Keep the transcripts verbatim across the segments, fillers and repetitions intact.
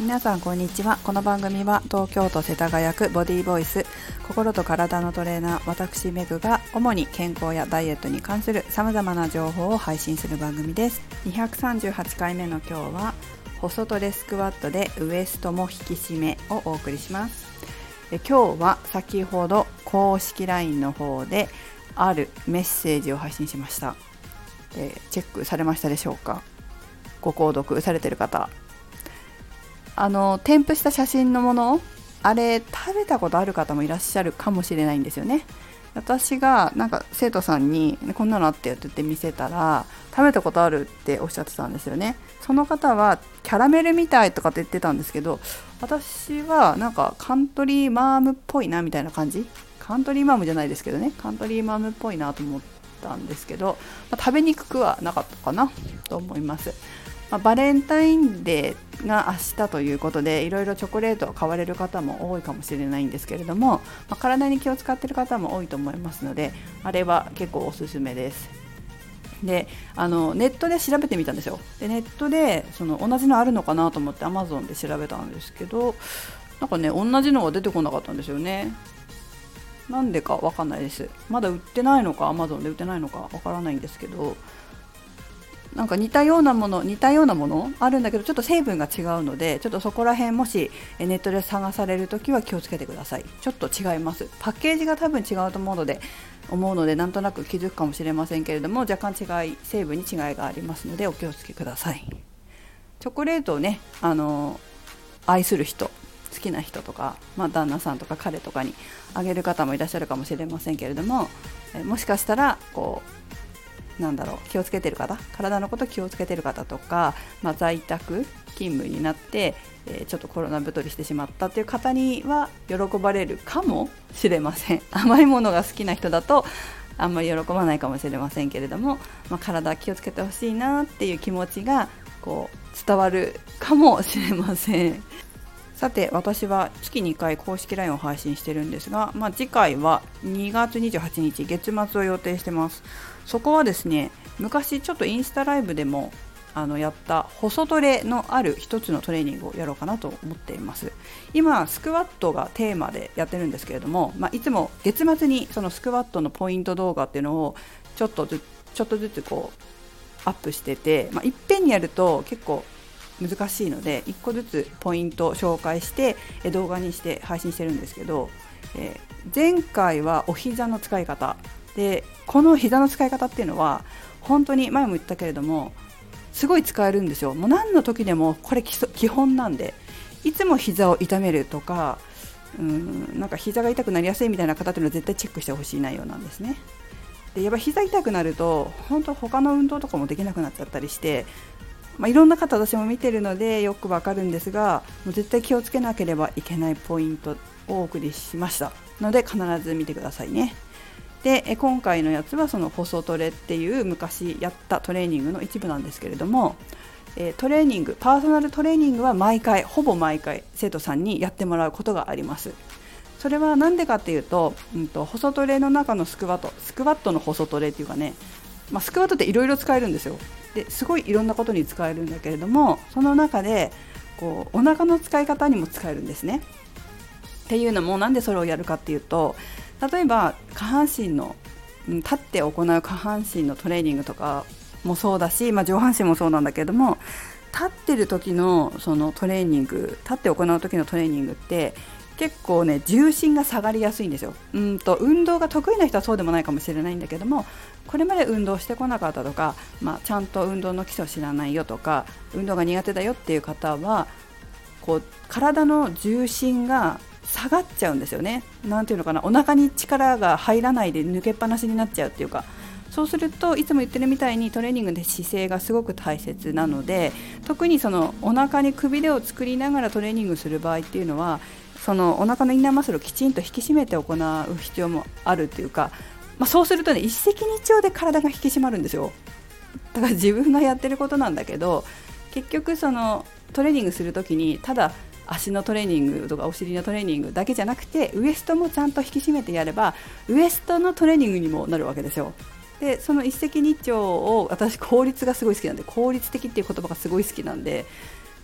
皆さんこんにちは。この番組は東京都世田谷区ボディボイス心と体のトレーナー私メグが主に健康やダイエットに関する様々な情報を配信する番組です。にひゃくさんじゅうはちかいめの今日は細トレスクワットでウエストも引き締めをお送りします。え今日は先ほど公式 ライン の方であるメッセージを配信しました。でチェックされましたでしょうか。ご購読されている方、あの添付した写真のもの、あれ食べたことある方もいらっしゃるかもしれないんですよね。私がなんか生徒さんにこんなのあってよって言って見せたら食べたことあるっておっしゃってたんですよね。その方はキャラメルみたいとかって言ってたんですけど、私はなんかカントリーマームっぽいなみたいな感じ、カントリーマームじゃないですけどね、カントリーマームっぽいなと思ったんですけど、まあ、食べにくくはなかったかなと思います。まあ、バレンタインデーが明日ということでいろいろチョコレートを買われる方も多いかもしれないんですけれども、まあ、体に気を使っている方も多いと思いますので、あれは結構おすすめです。であのネットで調べてみたんですよ。でネットでその同じのあるのかなと思って Amazon で調べたんですけど、なんかね同じのが出てこなかったんですよね。なんでかわかんないです。まだ売ってないのか Amazon で売ってないのかわからないんですけど、なんか似たようなもの似たようなものあるんだけどちょっと成分が違うので、ちょっとそこら辺もしネットで探されるときは気をつけてください。ちょっと違います。パッケージが多分違うと思うので思うのでなんとなく気づくかもしれませんけれども、若干違い成分に違いがありますのでお気をつけください。チョコレートをねあの愛する人、好きな人とか、まあ、旦那さんとか彼とかにあげる方もいらっしゃるかもしれませんけれども、えもしかしたらこうなんだろう気をつけてる方、体のこと気をつけてる方とか、まあ、在宅勤務になって、えー、ちょっとコロナ太りしてしまったという方には喜ばれるかもしれません。甘いものが好きな人だとあんまり喜ばないかもしれませんけれども、まあ、体気をつけてほしいなっていう気持ちがこう伝わるかもしれません。さて私は月にかい公式 ライン を配信してるんですが、まあ、次回はにがつにじゅうはちにち月末を予定してます。そこはですね、昔ちょっとインスタライブでもあのやった細トレのある一つのトレーニングをやろうかなと思っています。今スクワットがテーマでやってるんですけれども、まあ、いつも月末にそのスクワットのポイント動画っていうのをちょっとずちょっとずつこうアップしてて、まあ、いっぺんにやると結構難しいのでいっこずつポイントを紹介して動画にして配信してるんですけど、えー、前回はお膝の使い方で、この膝の使い方っていうのは本当に前も言ったけれどもすごい使えるんですよ。もう何の時でもこれ基本なんで、いつも膝を痛めるとかうーんなんか膝が痛くなりやすいみたいな方っていうのは絶対チェックしてほしい内容なんですね。でやっぱ膝痛くなると本当他の運動とかもできなくなっちゃったりして、まあ、いろんな方私も見てるのでよくわかるんですが、もう絶対気をつけなければいけないポイントをお送りしましたので必ず見てくださいね。で今回のやつはその細トレっていう昔やったトレーニングの一部なんですけれども、トレーニングパーソナルトレーニングは毎回ほぼ毎回生徒さんにやってもらうことがあります。それはなんでかっていうと、うんと細トレの中のスクワットスクワットの細トレっていうかね、まあ、スクワットっていろいろ使えるんですよ。ですごいいろんなことに使えるんだけれども、その中でこうお腹の使い方にも使えるんですね。っていうのもなんでそれをやるかっていうと、例えば下半身の立って行う下半身のトレーニングとかもそうだし、まあ、上半身もそうなんだけれども、立ってる時のそのトレーニング立って行う時のトレーニングって結構ね重心が下がりやすいんですよ。うんと運動が得意な人はそうでもないかもしれないんだけども、これまで運動してこなかったとか、まあ、ちゃんと運動の基礎を知らないよとか運動が苦手だよっていう方はこう体の重心が下がっちゃうんですよね。なんていうのかな、お腹に力が入らないで抜けっぱなしになっちゃうっていうか、そうするといつも言ってるみたいにトレーニングで姿勢がすごく大切なので、特にそのお腹にくびれを作りながらトレーニングする場合っていうのはそのお腹のインナーマッスルをきちんと引き締めて行う必要もあるっていうか、まあ、そうするとね一石二鳥で体が引き締まるんですよ。だから自分がやってることなんだけど、結局そのトレーニングするときにただ足のトレーニングとかお尻のトレーニングだけじゃなくてウエストもちゃんと引き締めてやればウエストのトレーニングにもなるわけですよ。でその一石二鳥を私効率がすごい好きなんで、効率的っていう言葉がすごい好きなんで、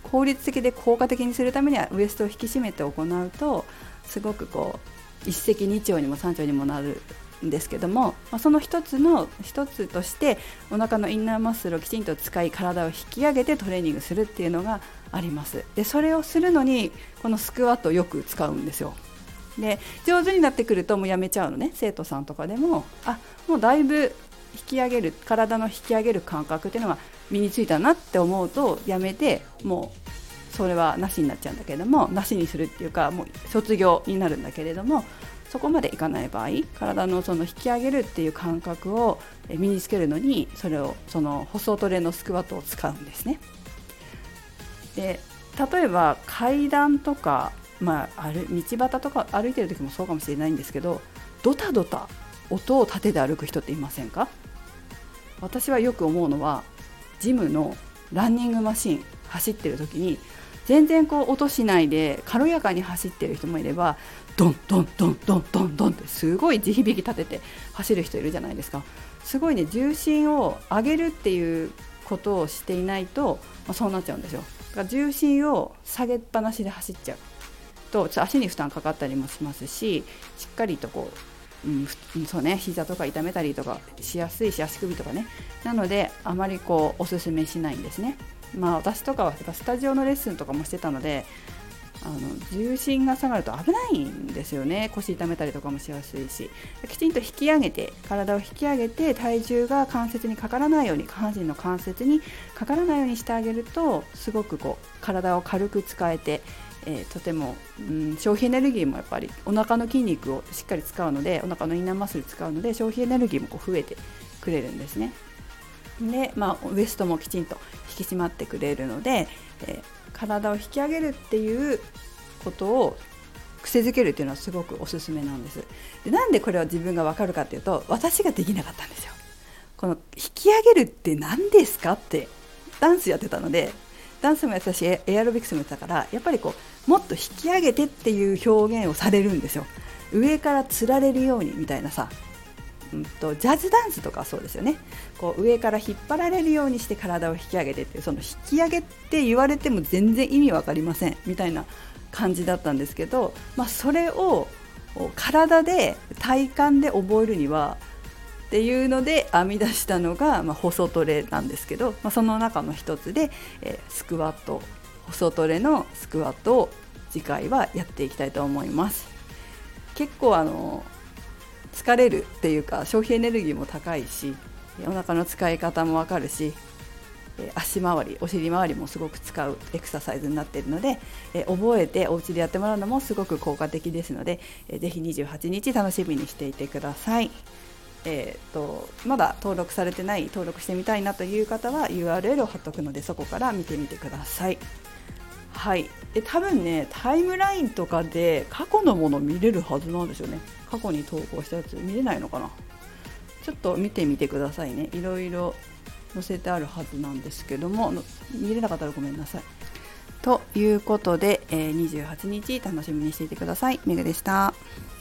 効率的で効果的にするためにはウエストを引き締めて行うとすごくこう一石二鳥にも三鳥にもなるんですけども、まあ、その一つの一つとしてお腹のインナーマッスルをきちんと使い体を引き上げてトレーニングするっていうのがあります。でそれをするのにこのスクワットをよく使うんですよ。で上手になってくるともうやめちゃうのね。生徒さんとかでもあもうだいぶ引き上げる体の引き上げる感覚っていうのが身についたなって思うとやめてもうそれはなしになっちゃうんだけれども、なしにするっていうかもう卒業になるんだけれども、そこまでいかない場合体のその引き上げるっていう感覚を身につけるのにそれをその細トレのスクワットを使うんですね。で例えば階段とか、まあ、歩道端とか歩いてる時もそうかもしれないんですけど、ドタドタ音を立てて歩く人っていませんか？私はよく思うのはジムのランニングマシン走ってる時に全然こう音しないで軽やかに走ってる人もいれば、ドンドンドンドンドンドンってすごい地響き立てて走る人いるじゃないですか。すごいね、重心を上げるっていうことをしていないと、まあ、そうなっちゃうんですよ。だから重心を下げっぱなしで走っちゃうと足に負担かかったりもしますし、しっかりとこう、うん、そうね、膝とか痛めたりとかしやすいし、足首とかね。なのであまりこうおすすめしないんですね。まあ私とかはスタジオのレッスンとかもしてたので、あの重心が下がると危ないんですよね。腰痛めたりとかもしやすいし、きちんと引き上げて体を引き上げて体重が関節にかからないように、下半身の関節にかからないようにしてあげるとすごくこう体を軽く使えて、えー、とても、うん、消費エネルギーもやっぱりお腹の筋肉をしっかり使うので、お腹のインナーマッスル使うので消費エネルギーもこう増えてくれるんですね。で、まあ、ウエストもきちんと引き締まってくれるので、えー、体を引き上げるっていうことを癖づけるっていうのはすごくおすすめなんです。で、なんでこれは自分が分かるかっていうと、私ができなかったんですよ。この引き上げるって何ですかって、ダンスやってたので、ダンスもやってたしエアロビクスもやってたから、やっぱりこうもっと引き上げてっていう表現をされるんですよ。上からつられるようにみたいなさ、うんとジャズダンスとかそうですよね。こう上から引っ張られるようにして体を引き上げてっていう、その引き上げって言われても全然意味わかりませんみたいな感じだったんですけど、まあ、それを体で体感で覚えるにはっていうので編み出したのが、まあ、細トレなんですけど、まあ、その中の一つで、えー、スクワット、細トレのスクワットを次回はやっていきたいと思います。結構あの疲れるっていうか消費エネルギーも高いし、お腹の使い方もわかるし、足回り、お尻回りもすごく使うエクササイズになっているので、え覚えてお家でやってもらうのもすごく効果的ですので、えぜひにじゅうはちにち楽しみにしていてください。えー、とまだ登録されてない、登録してみたいなという方は ユーアールエル を貼っとくので、そこから見てみてください。はい、え多分ね、タイムラインとかで過去のもの見れるはずなんですよね。過去に投稿したやつ見れないのかな。ちょっと見てみてくださいね。いろいろ載せてあるはずなんですけども、見れなかったらごめんなさい。ということで、えー、にじゅうはちにち楽しみにしていてください。めぐでした。